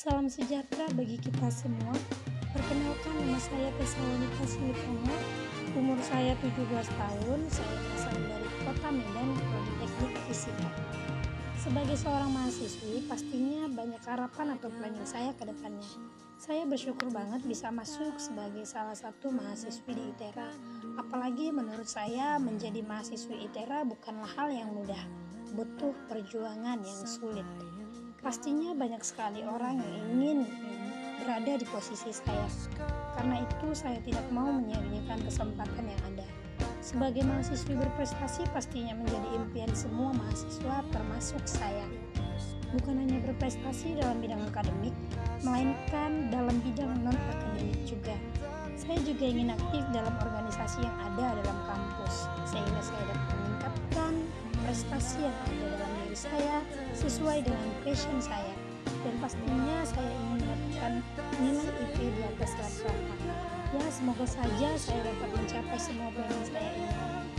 Salam sejahtera bagi kita semua. Perkenalkan, nama saya Tesalonika Silitonga. Umur saya 17 tahun. Saya berasal dari Kota Medan, Prodi Teknik Fisika. Sebagai seorang mahasiswi, pastinya banyak harapan atau planning saya ke depannya. Saya bersyukur banget bisa masuk sebagai salah satu mahasiswi di ITERA. Apalagi menurut saya menjadi mahasiswi ITERA bukanlah hal yang mudah, butuh perjuangan yang sulit. Pastinya banyak sekali orang yang ingin berada di posisi saya. Karena itu saya tidak mau menyia-nyiakan kesempatan yang ada. Sebagai mahasiswi berprestasi pastinya menjadi impian semua mahasiswa termasuk saya. Bukan hanya berprestasi dalam bidang akademik, melainkan dalam bidang non-akademik juga. Saya juga ingin aktif dalam organisasi yang ada dalam kampus, sehingga saya dapat meningkatkan prestasi yang ada dalam diri saya sesuai dengan passion saya. Dan pastinya saya ingin mendapatkan nilai IP di atas rata-rata. Ya, semoga saja saya dapat mencapai semua planning saya ini.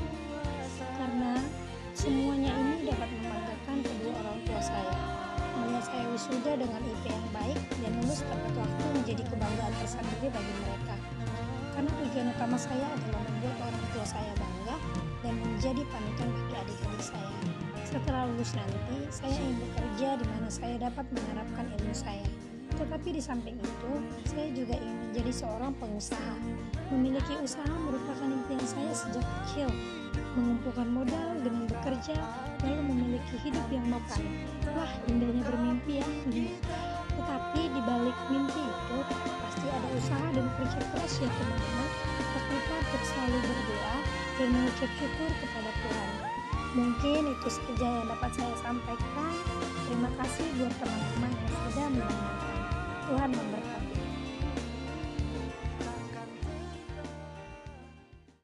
Karena semuanya ini dapat membanggakan kedua orang tua saya. Melihat saya wisuda dengan IP yang baik dan lulus tepat waktu menjadi kebanggaan tersendiri bagi mereka. Karena tujuan utama saya adalah membuat orang tua saya bangga dan menjadi panutan bagi adik-adik saya. Setelah lulus nanti, saya ingin bekerja di mana saya dapat menerapkan ilmu saya. Tetapi di samping itu, saya juga ingin menjadi seorang pengusaha. Memiliki usaha merupakan impian saya sejak kecil. Mengumpulkan modal dengan bekerja, lalu memiliki hidup yang mapan. Wah, indahnya bermimpi ya. Tetapi di balik mimpi itu, pasti ada usaha dan kerja keras ya teman-teman. Tak lupa untuk selalu berdoa dan mengucap syukur kepada Tuhan. Mungkin itu saja yang dapat saya sampaikan. Terima kasih buat teman-teman yang sudah mendengarkan. Tuhan memberkati.